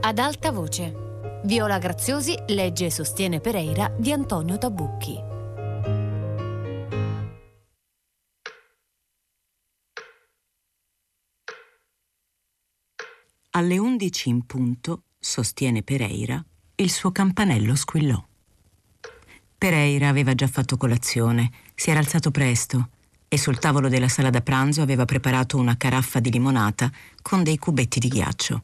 ad alta voce. Viola Graziosi legge e sostiene Pereira di Antonio Tabucchi. Alle 11 in punto, sostiene Pereira, il suo campanello squillò. Pereira aveva già fatto colazione, si era alzato presto e sul tavolo della sala da pranzo aveva preparato una caraffa di limonata con dei cubetti di ghiaccio.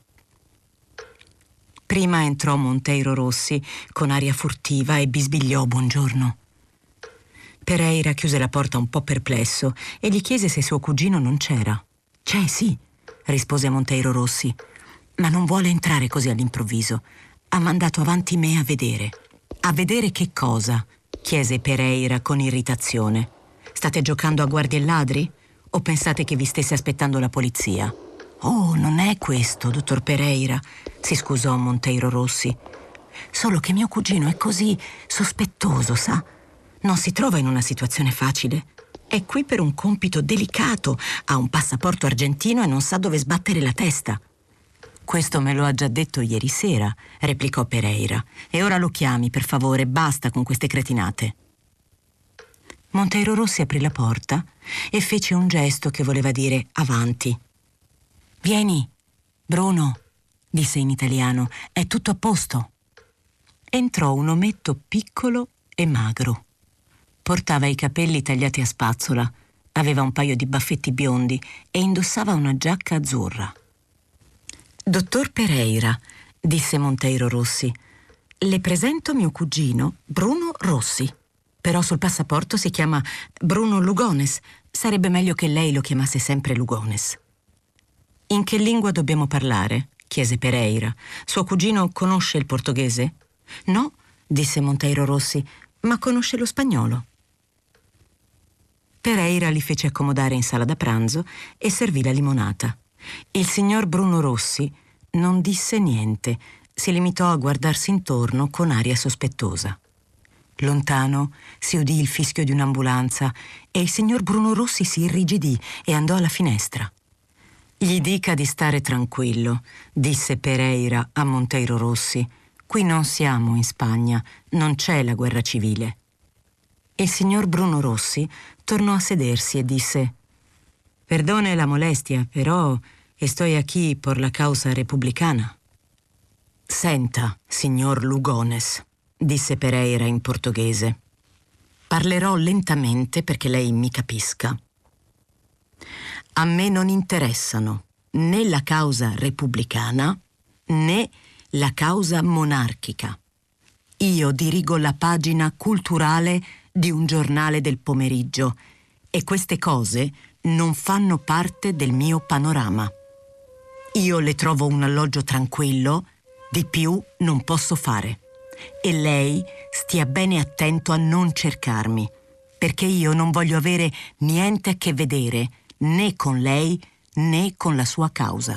Prima entrò Monteiro Rossi con aria furtiva e bisbigliò buongiorno. Pereira chiuse la porta un po' perplesso e gli chiese se suo cugino non c'era. «C'è, sì», rispose Monteiro Rossi, «ma non vuole entrare così all'improvviso. Ha mandato avanti me a vedere». «A vedere che cosa?» chiese Pereira con irritazione. «State giocando a guardie e ladri? O pensate che vi stesse aspettando la polizia?» «Oh, non è questo, dottor Pereira», si scusò Monteiro Rossi. «Solo che mio cugino è così sospettoso, sa? Non si trova in una situazione facile. È qui per un compito delicato, ha un passaporto argentino e non sa dove sbattere la testa». «Questo me lo ha già detto ieri sera», replicò Pereira. «E ora lo chiami, per favore, basta con queste cretinate». Monteiro Rossi aprì la porta e fece un gesto che voleva dire avanti. «Vieni, Bruno», disse in italiano, «è tutto a posto». Entrò un ometto piccolo e magro. Portava i capelli tagliati a spazzola, aveva un paio di baffetti biondi e indossava una giacca azzurra. «Dottor Pereira», disse Monteiro Rossi, «le presento mio cugino Bruno Rossi. Però sul passaporto si chiama Bruno Lugones. Sarebbe meglio che lei lo chiamasse sempre Lugones». «In che lingua dobbiamo parlare?» chiese Pereira. «Suo cugino conosce il portoghese?» «No», disse Monteiro Rossi, «ma conosce lo spagnolo». Pereira li fece accomodare in sala da pranzo e servì la limonata. Il signor Bruno Rossi non disse niente, si limitò a guardarsi intorno con aria sospettosa. Lontano si udì il fischio di un'ambulanza e il signor Bruno Rossi si irrigidì e andò alla finestra. «Gli dica di stare tranquillo», disse Pereira a Monteiro Rossi. «Qui non siamo in Spagna, non c'è la guerra civile». Il signor Bruno Rossi tornò a sedersi e disse: «Perdone la molestia, però estoy aquí por la causa repubblicana». «Senta, signor Lugones», disse Pereira in portoghese. «Parlerò lentamente perché lei mi capisca. A me non interessano né la causa repubblicana né la causa monarchica. Io dirigo la pagina culturale di un giornale del pomeriggio e queste cose non fanno parte del mio panorama. Io le trovo un alloggio tranquillo, di più non posso fare. E lei stia bene attento a non cercarmi, perché io non voglio avere niente a che vedere né con lei né con la sua causa».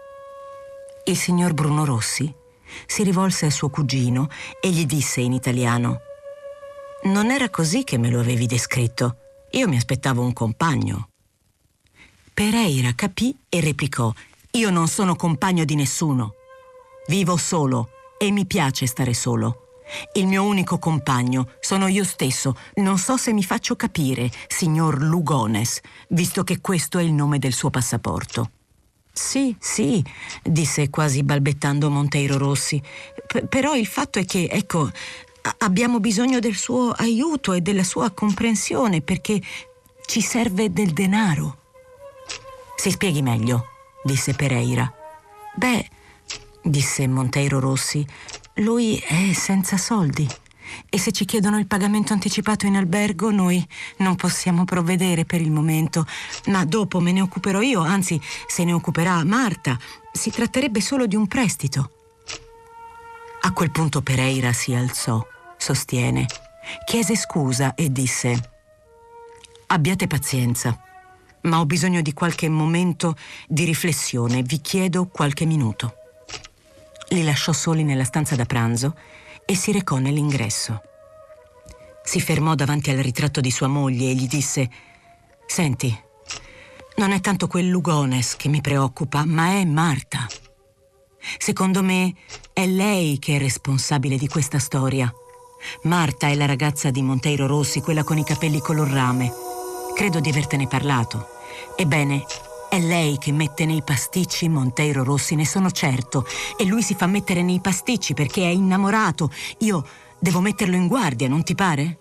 Il signor Bruno Rossi si rivolse a suo cugino e gli disse in italiano: «Non era così che me lo avevi descritto. Io mi aspettavo un compagno». Pereira capì e replicò: «Io non sono compagno di nessuno. Vivo solo e mi piace stare solo. Il mio unico compagno sono io stesso. Non so se mi faccio capire, signor Lugones, visto che questo è il nome del suo passaporto». «Sì, sì», disse quasi balbettando Monteiro Rossi. «Però il fatto è che, ecco, abbiamo bisogno del suo aiuto e della sua comprensione perché ci serve del denaro». «Si spieghi meglio», disse Pereira. «Beh», disse Monteiro Rossi, «lui è senza soldi e se ci chiedono il pagamento anticipato in albergo noi non possiamo provvedere per il momento, ma dopo me ne occuperò io, anzi se ne occuperà Marta. Si tratterebbe solo di un prestito». A quel punto Pereira si alzò, sostiene, chiese scusa e disse: «Abbiate pazienza, ma ho bisogno di qualche momento di riflessione, vi chiedo qualche minuto». Li lasciò soli nella stanza da pranzo e si recò nell'ingresso. Si fermò davanti al ritratto di sua moglie e gli disse: «Senti, non è tanto quel Lugones che mi preoccupa, ma è Marta. Secondo me è lei che è responsabile di questa storia. Marta è la ragazza di Monteiro Rossi, quella con i capelli color rame. Credo di avertene parlato. Ebbene, è lei che mette nei pasticci Monteiro Rossi, ne sono certo. E lui si fa mettere nei pasticci perché è innamorato. Io devo metterlo in guardia, non ti pare?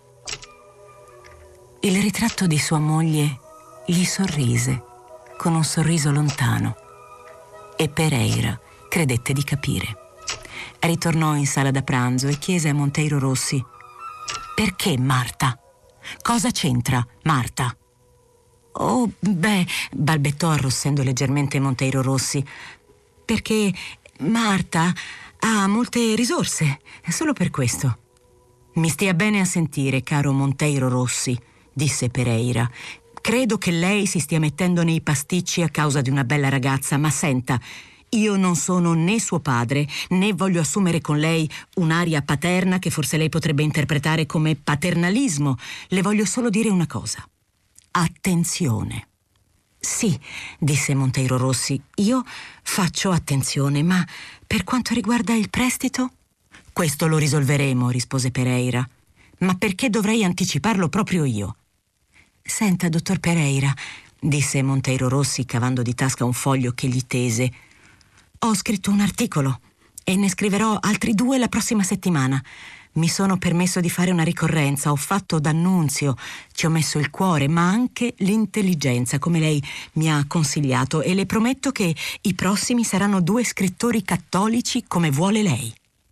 Il ritratto di sua moglie gli sorrise, con un sorriso lontano. E Pereira credette di capire. Ritornò in sala da pranzo e chiese a Monteiro Rossi: «Perché Marta? Cosa c'entra Marta?» «Oh, beh», balbettò arrossendo leggermente Monteiro Rossi, «perché Marta ha molte risorse, solo per questo». «Mi stia bene a sentire, caro Monteiro Rossi», disse Pereira. «Credo che lei si stia mettendo nei pasticci a causa di una bella ragazza, ma senta, io non sono né suo padre, né voglio assumere con lei un'aria paterna che forse lei potrebbe interpretare come paternalismo. Le voglio solo dire una cosa. Attenzione». «Sì», disse Monteiro Rossi, «io faccio attenzione, ma per quanto riguarda il prestito?» «Questo lo risolveremo», rispose Pereira. «Ma perché dovrei anticiparlo proprio io?» «Senta, dottor Pereira», disse Monteiro Rossi cavando di tasca un foglio che gli tese, «ho scritto un articolo e ne scriverò altri 2 la prossima settimana. Mi sono permesso di fare una ricorrenza, ho fatto d'annunzio, ci ho messo il cuore, ma anche l'intelligenza, come lei mi ha consigliato, e le prometto che i prossimi saranno 2 scrittori cattolici come vuole lei».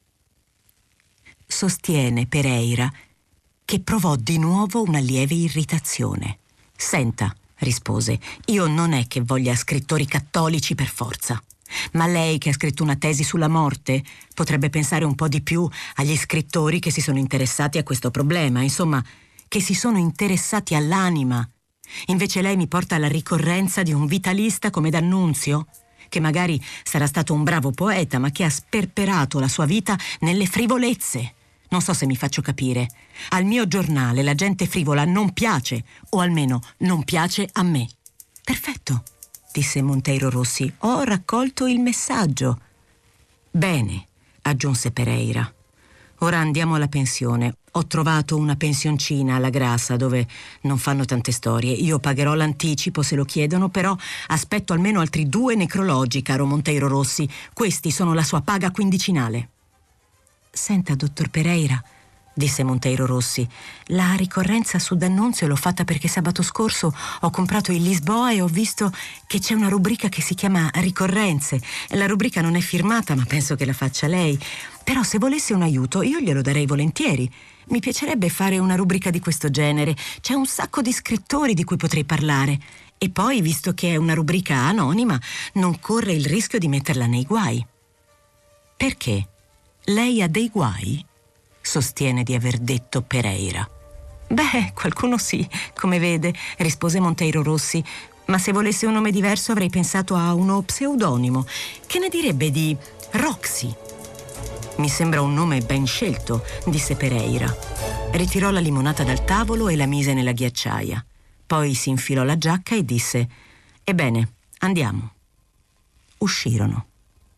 Sostiene Pereira che provò di nuovo una lieve irritazione. «Senta», rispose, «io non è che voglia scrittori cattolici per forza. Ma lei, che ha scritto una tesi sulla morte, potrebbe pensare un po' di più agli scrittori che si sono interessati a questo problema, insomma, che si sono interessati all'anima. Invece lei mi porta alla ricorrenza di un vitalista come D'Annunzio, che magari sarà stato un bravo poeta, ma che ha sperperato la sua vita nelle frivolezze. Non so se mi faccio capire. Al mio giornale la gente frivola non piace, o almeno non piace a me». «Perfetto», disse Monteiro Rossi, «ho raccolto il messaggio». «Bene», aggiunse Pereira. «Ora andiamo alla pensione. Ho trovato una pensioncina alla Grassa dove non fanno tante storie. Io pagherò l'anticipo se lo chiedono, però aspetto almeno altri 2 necrologi, caro Monteiro Rossi. Questi sono la sua paga quindicinale». «Senta, dottor Pereira», disse Monteiro Rossi, «la ricorrenza su D'Annunzio l'ho fatta perché sabato scorso ho comprato il Lisboa e ho visto che c'è una rubrica che si chiama Ricorrenze. La rubrica non è firmata, ma penso che la faccia lei. Però se volesse un aiuto io glielo darei volentieri. Mi piacerebbe fare una rubrica di questo genere. C'è un sacco di scrittori di cui potrei parlare. E poi, visto che è una rubrica anonima, non corre il rischio di metterla nei guai». «Perché? Lei ha dei guai?» sostiene di aver detto Pereira. «Beh, qualcuno sì, come vede», rispose Monteiro Rossi, «ma se volesse un nome diverso avrei pensato a uno pseudonimo. Che ne direbbe di Roxy?» «Mi sembra un nome ben scelto», disse Pereira. Ritirò la limonata dal tavolo e la mise nella ghiacciaia. Poi si infilò la giacca e disse: «Ebbene, andiamo». Uscirono.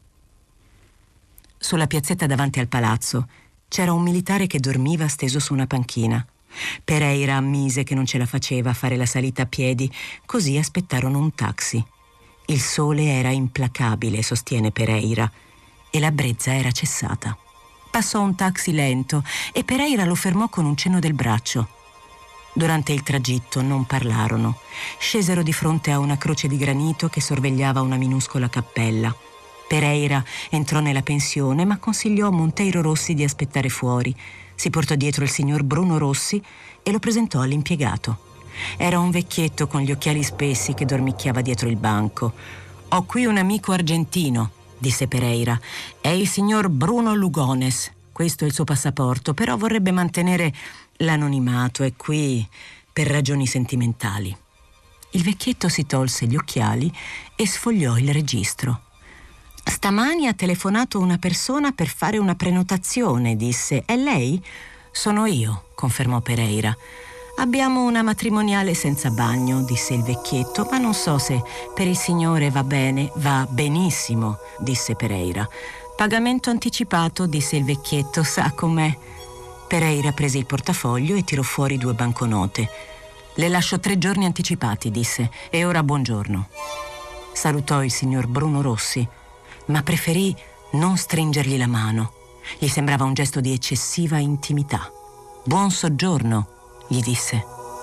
Sulla piazzetta davanti al palazzo c'era un militare che dormiva steso su una panchina. Pereira ammise che non ce la faceva a fare la salita a piedi, così aspettarono un taxi. Il sole era implacabile, sostiene Pereira, e la brezza era cessata. Passò un taxi lento e Pereira lo fermò con un cenno del braccio. Durante il tragitto non parlarono. Scesero di fronte a una croce di granito che sorvegliava una minuscola cappella. Pereira entrò nella pensione, ma consigliò a Monteiro Rossi di aspettare fuori. Si portò dietro il signor Bruno Rossi e lo presentò all'impiegato. Era un vecchietto con gli occhiali spessi che dormicchiava dietro il banco. «Ho qui un amico argentino», disse Pereira. «È il signor Bruno Lugones. Questo è il suo passaporto, però vorrebbe mantenere l'anonimato. È qui per ragioni sentimentali». Il vecchietto si tolse gli occhiali e sfogliò il registro. «Stamani ha telefonato una persona per fare una prenotazione», disse. «È lei?» «Sono io», confermò Pereira. «Abbiamo una matrimoniale senza bagno», disse il vecchietto, «ma non so se per il signore va bene». «Va benissimo», disse Pereira. Pagamento anticipato, disse il vecchietto, sa com'è. Pereira prese il portafoglio e tirò fuori 2 banconote. Le lascio 3 giorni anticipati, disse, e ora buongiorno. Salutò il signor Bruno Rossi, ma preferì non stringergli la mano. Gli sembrava un gesto di eccessiva intimità. Buon soggiorno, gli disse.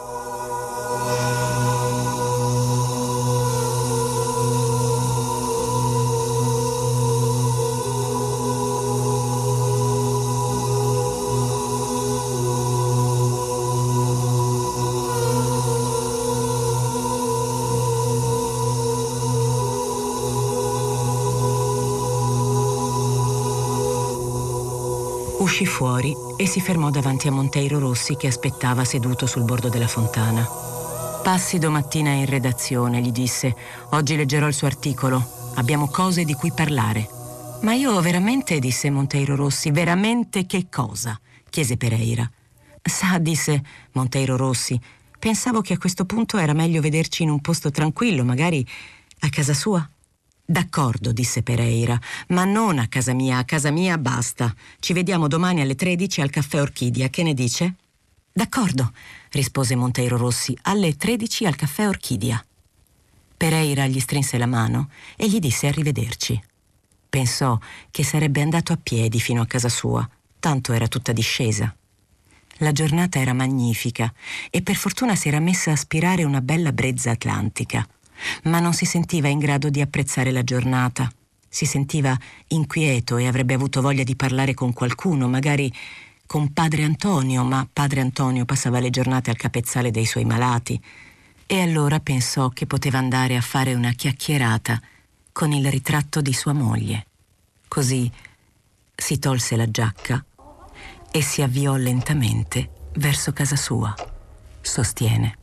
Uscì fuori e si fermò davanti a Monteiro Rossi che aspettava seduto sul bordo della fontana. Passi domattina in redazione, gli disse. Oggi leggerò il suo articolo. Abbiamo cose di cui parlare. Ma io veramente, disse Monteiro Rossi, veramente che cosa? Chiese Pereira. Sa, disse Monteiro Rossi, pensavo che a questo punto era meglio vederci in un posto tranquillo, magari a casa sua. D'accordo, disse Pereira, ma non a casa mia basta. Ci vediamo domani alle 13 al caffè Orchidia, che ne dice? D'accordo, rispose Monteiro Rossi, alle 13 al caffè Orchidia. Pereira gli strinse la mano e gli disse arrivederci. Pensò che sarebbe andato a piedi fino a casa sua, tanto era tutta discesa. La giornata era magnifica e per fortuna si era messa a aspirare una bella brezza atlantica. Ma non si sentiva in grado di apprezzare la giornata. Si sentiva inquieto e avrebbe avuto voglia di parlare con qualcuno, magari con padre Antonio, ma padre Antonio passava le giornate al capezzale dei suoi malati. E allora pensò che poteva andare a fare una chiacchierata con il ritratto di sua moglie. Così si tolse la giacca e si avviò lentamente verso casa sua. Sostiene.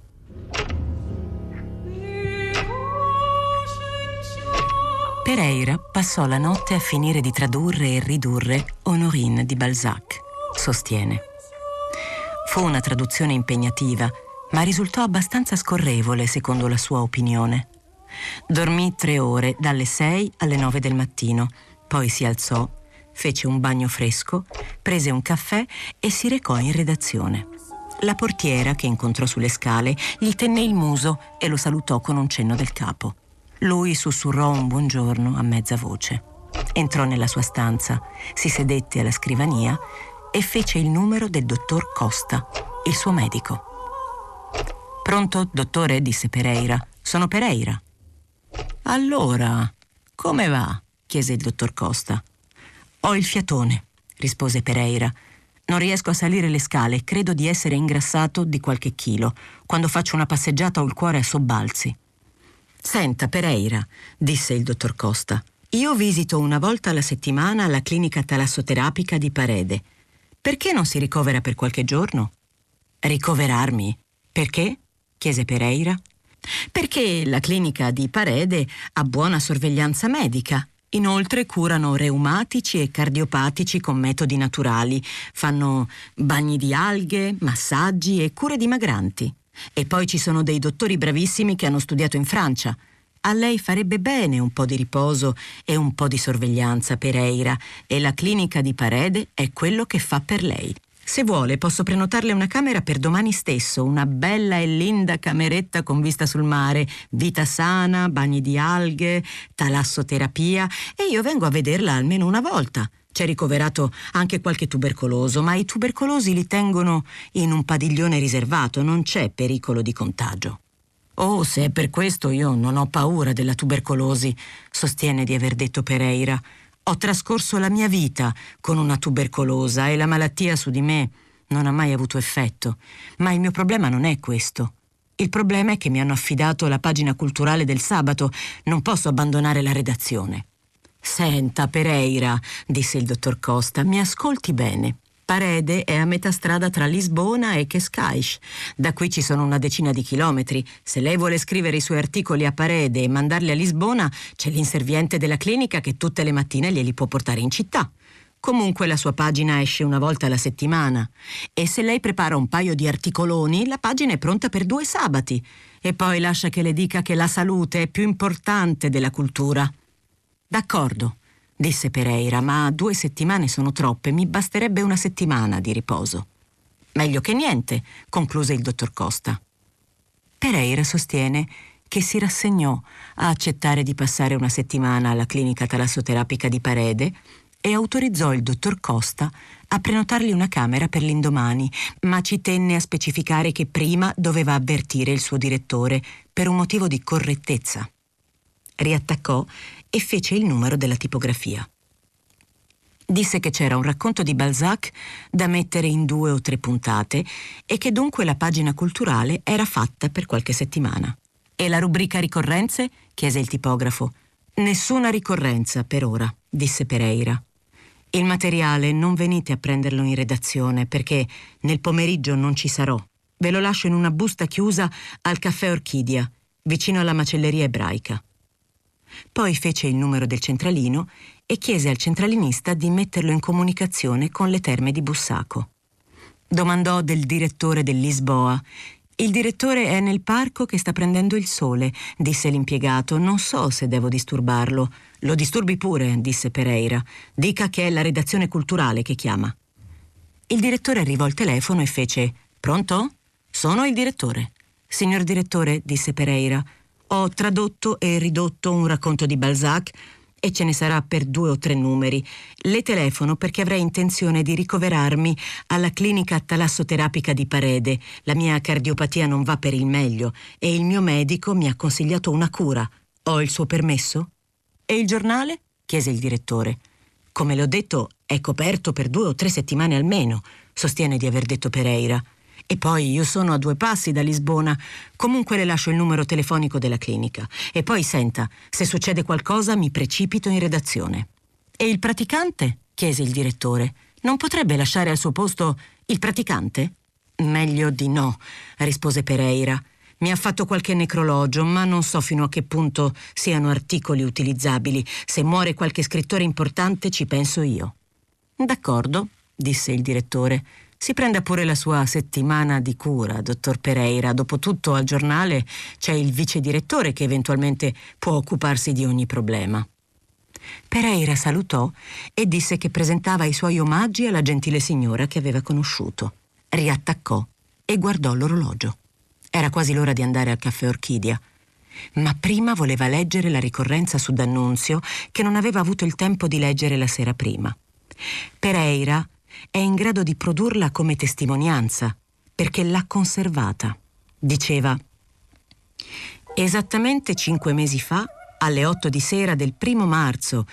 Pereira passò la notte a finire di tradurre e ridurre Honorine di Balzac. Sostiene. Fu una traduzione impegnativa, ma risultò abbastanza scorrevole secondo la sua opinione. Dormì 3 ore, dalle 6 alle 9 del mattino, poi si alzò, fece un bagno fresco, prese un caffè e si recò in redazione. La portiera, che incontrò sulle scale, gli tenne il muso e lo salutò con un cenno del capo. Lui sussurrò un buongiorno a mezza voce. Entrò nella sua stanza, si sedette alla scrivania e fece il numero del dottor Costa, il suo medico. «Pronto, dottore?» disse Pereira. «Sono Pereira». «Allora, come va?» chiese il dottor Costa. «Ho il fiatone», rispose Pereira. «Non riesco a salire le scale e credo di essere ingrassato di qualche chilo. Quando faccio una passeggiata ho il cuore a sobbalzi». «Senta, Pereira», disse il dottor Costa, «io visito una volta alla settimana la clinica talassoterapica di Parede. Perché non si ricovera per qualche giorno?» «Ricoverarmi? Perché?» chiese Pereira. «Perché la clinica di Parede ha buona sorveglianza medica. Inoltre curano reumatici e cardiopatici con metodi naturali. Fanno bagni di alghe, massaggi e cure dimagranti. E poi ci sono dei dottori bravissimi che hanno studiato in Francia. A lei farebbe bene un po' di riposo e un po' di sorveglianza, Pereira, e la clinica di Parede è quello che fa per lei. Se vuole posso prenotarle una camera per domani stesso, una bella e linda cameretta con vista sul mare, vita sana, bagni di alghe, talassoterapia, e io vengo a vederla almeno una volta. C'è ricoverato anche qualche tubercoloso, ma i tubercolosi li tengono in un padiglione riservato, non c'è pericolo di contagio». «Oh, se è per questo io non ho paura della tubercolosi», sostiene di aver detto Pereira. «Ho trascorso la mia vita con una tubercolosa e la malattia su di me non ha mai avuto effetto. Ma il mio problema non è questo. Il problema è che mi hanno affidato la pagina culturale del sabato. Non posso abbandonare la redazione». «Senta, Pereira», disse il dottor Costa, «mi ascolti bene. Parede è a metà strada tra Lisbona e Cascais. Da qui ci sono una decina di chilometri. Se lei vuole scrivere i suoi articoli a Parede e mandarli a Lisbona, c'è l'inserviente della clinica che tutte le mattine glieli può portare in città. Comunque la sua pagina esce una volta alla settimana. E se lei prepara un paio di articoloni, la pagina è pronta per 2 sabati. E poi lascia che le dica che la salute è più importante della cultura». «D'accordo», disse Pereira, ma 2 settimane sono troppe, mi basterebbe 1 settimana di riposo. Meglio che niente, concluse il dottor Costa. Pereira sostiene che si rassegnò a accettare di passare 1 settimana alla clinica talassoterapica di Parede e autorizzò il dottor Costa a prenotargli una camera per l'indomani, ma ci tenne a specificare che prima doveva avvertire il suo direttore per un motivo di correttezza. Riattaccò e fece il numero della tipografia. Disse che c'era un racconto di Balzac da mettere in 2 o 3 puntate e che dunque la pagina culturale era fatta per qualche settimana. «E la rubrica ricorrenze?» chiese il tipografo. «Nessuna ricorrenza per ora», disse Pereira. «Il materiale non venite a prenderlo in redazione perché nel pomeriggio non ci sarò. Ve lo lascio in una busta chiusa al caffè Orchidia, vicino alla macelleria ebraica». Poi fece il numero del centralino e chiese al centralinista di metterlo in comunicazione con le terme di Bussaco. Domandò del direttore del Lisboa. «Il direttore è nel parco che sta prendendo il sole», disse l'impiegato. «Non so se devo disturbarlo». «Lo disturbi pure», disse Pereira. «Dica che è la redazione culturale che chiama». Il direttore arrivò al telefono e fece: «Pronto? Sono il direttore». «Signor direttore», disse Pereira, «ho tradotto e ridotto un racconto di Balzac e ce ne sarà per 2 o 3 numeri. Le telefono perché avrei intenzione di ricoverarmi alla clinica talassoterapica di Parede. La mia cardiopatia non va per il meglio e il mio medico mi ha consigliato una cura. Ho il suo permesso?» «E il giornale?» chiese il direttore. «Come le ho detto, è coperto per 2 o 3 settimane almeno», sostiene di aver detto Pereira. «E poi io sono a 2 passi da Lisbona. Comunque le lascio il numero telefonico della clinica. E poi senta, se succede qualcosa mi precipito in redazione». «E il praticante?» chiese il direttore. «Non potrebbe lasciare al suo posto il praticante?» «Meglio di no», rispose Pereira. «Mi ha fatto qualche necrologio, ma non so fino a che punto siano articoli utilizzabili. Se muore qualche scrittore importante ci penso io». «D'accordo», disse il direttore. «Si prenda pure la sua settimana di cura, dottor Pereira. Dopotutto al giornale c'è il vice direttore che eventualmente può occuparsi di ogni problema». Pereira salutò e disse che presentava i suoi omaggi alla gentile signora che aveva conosciuto. Riattaccò e guardò l'orologio. Era quasi l'ora di andare al caffè Orchidia. Ma prima voleva leggere la ricorrenza su D'Annunzio, che non aveva avuto il tempo di leggere la sera prima. Pereira è in grado di produrla come testimonianza, perché l'ha conservata. Diceva: «Esattamente 5 mesi fa, alle 8 di sera del 1 marzo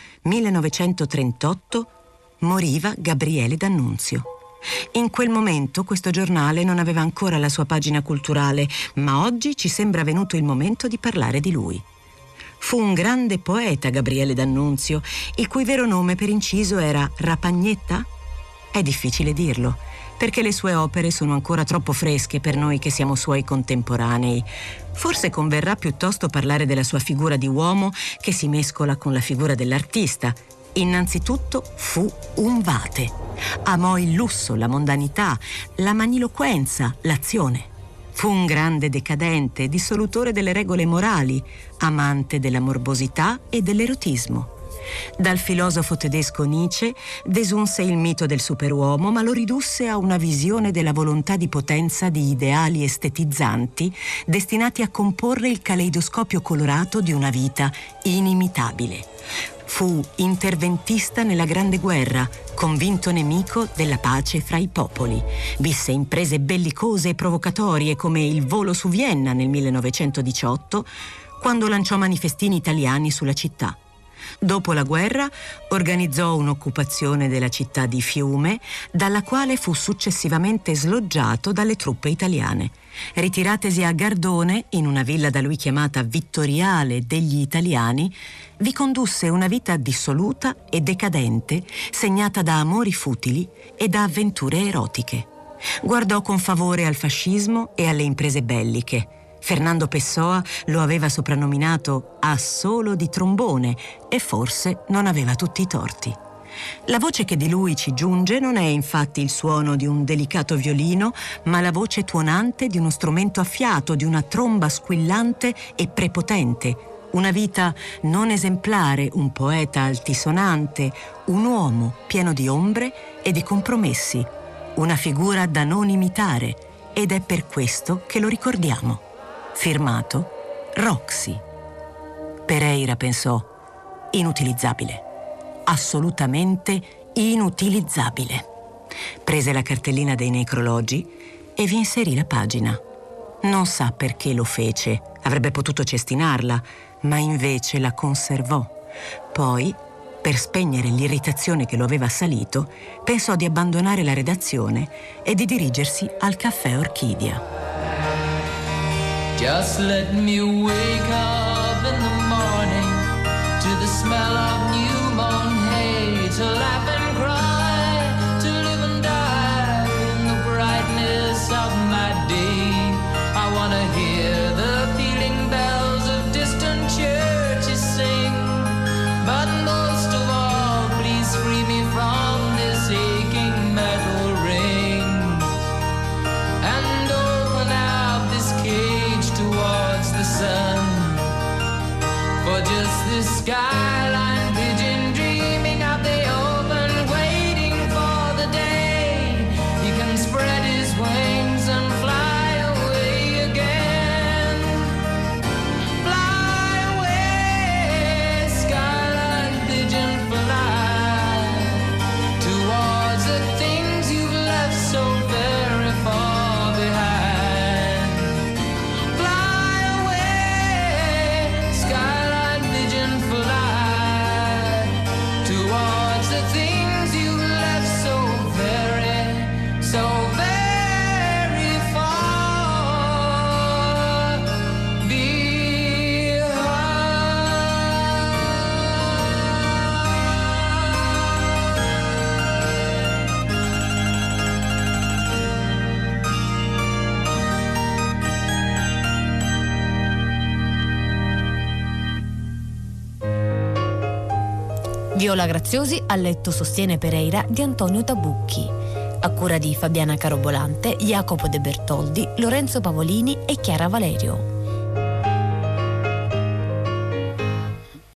1938, moriva Gabriele D'Annunzio. In quel momento questo giornale non aveva ancora la sua pagina culturale, ma oggi ci sembra venuto il momento di parlare di lui. Fu un grande poeta Gabriele D'Annunzio, il cui vero nome per inciso era Rapagnetta? È difficile dirlo, perché le sue opere sono ancora troppo fresche per noi che siamo suoi contemporanei. Forse converrà piuttosto parlare della sua figura di uomo che si mescola con la figura dell'artista. Innanzitutto fu un vate. Amò il lusso, la mondanità, la magniloquenza, l'azione. Fu un grande decadente, dissolutore delle regole morali, amante della morbosità e dell'erotismo. Dal filosofo tedesco Nietzsche desunse il mito del superuomo, ma lo ridusse a una visione della volontà di potenza di ideali estetizzanti destinati a comporre il caleidoscopio colorato di una vita inimitabile. Fu interventista nella Grande Guerra, convinto nemico della pace fra i popoli. Visse imprese bellicose e provocatorie come il volo su Vienna nel 1918, quando lanciò manifestini italiani sulla città. Dopo la guerra organizzò un'occupazione della città di Fiume, dalla quale fu successivamente sloggiato dalle truppe italiane. Ritiratesi a Gardone, in una villa da lui chiamata Vittoriale degli Italiani, vi condusse una vita dissoluta e decadente, segnata da amori futili e da avventure erotiche. Guardò con favore al fascismo e alle imprese belliche. Fernando Pessoa lo aveva soprannominato assolo di trombone e forse non aveva tutti i torti. La voce che di lui ci giunge non è infatti il suono di un delicato violino, ma la voce tuonante di uno strumento a fiato, di una tromba squillante e prepotente, Una vita non esemplare, un poeta altisonante, un uomo pieno di ombre e di compromessi, una figura da non imitare, ed è per questo che lo ricordiamo. Firmato Roxy. Pereira pensò: inutilizzabile, assolutamente inutilizzabile. Prese la cartellina dei necrologi e vi inserì la pagina. Non sa perché lo fece, avrebbe potuto cestinarla, ma invece la conservò. Poi, per spegnere l'irritazione che lo aveva assalito, pensò di abbandonare la redazione e di dirigersi al caffè Orchidia. Just let me wake up in the morning to the smell of new mown hay, to laugh and cry, to live and die in the brightness of my day. I want to hear the pealing bells of distant churches sing, but most of all, please free me from this aching metal ring and open up this cage towards the sun. For just this skyline pigeon dreaming of the open, waiting for the day he can spread his wings and fly away again. Fly away, skyline pigeon, fly towards the things you've left so very far behind. Fly away, skyline pigeon, fly towards the things you left so very far behind. Viola Graziosi a letto sostiene Pereira di Antonio Tabucchi, a cura di Fabiana Carobolante, Jacopo De Bertoldi, Lorenzo Pavolini e Chiara Valerio.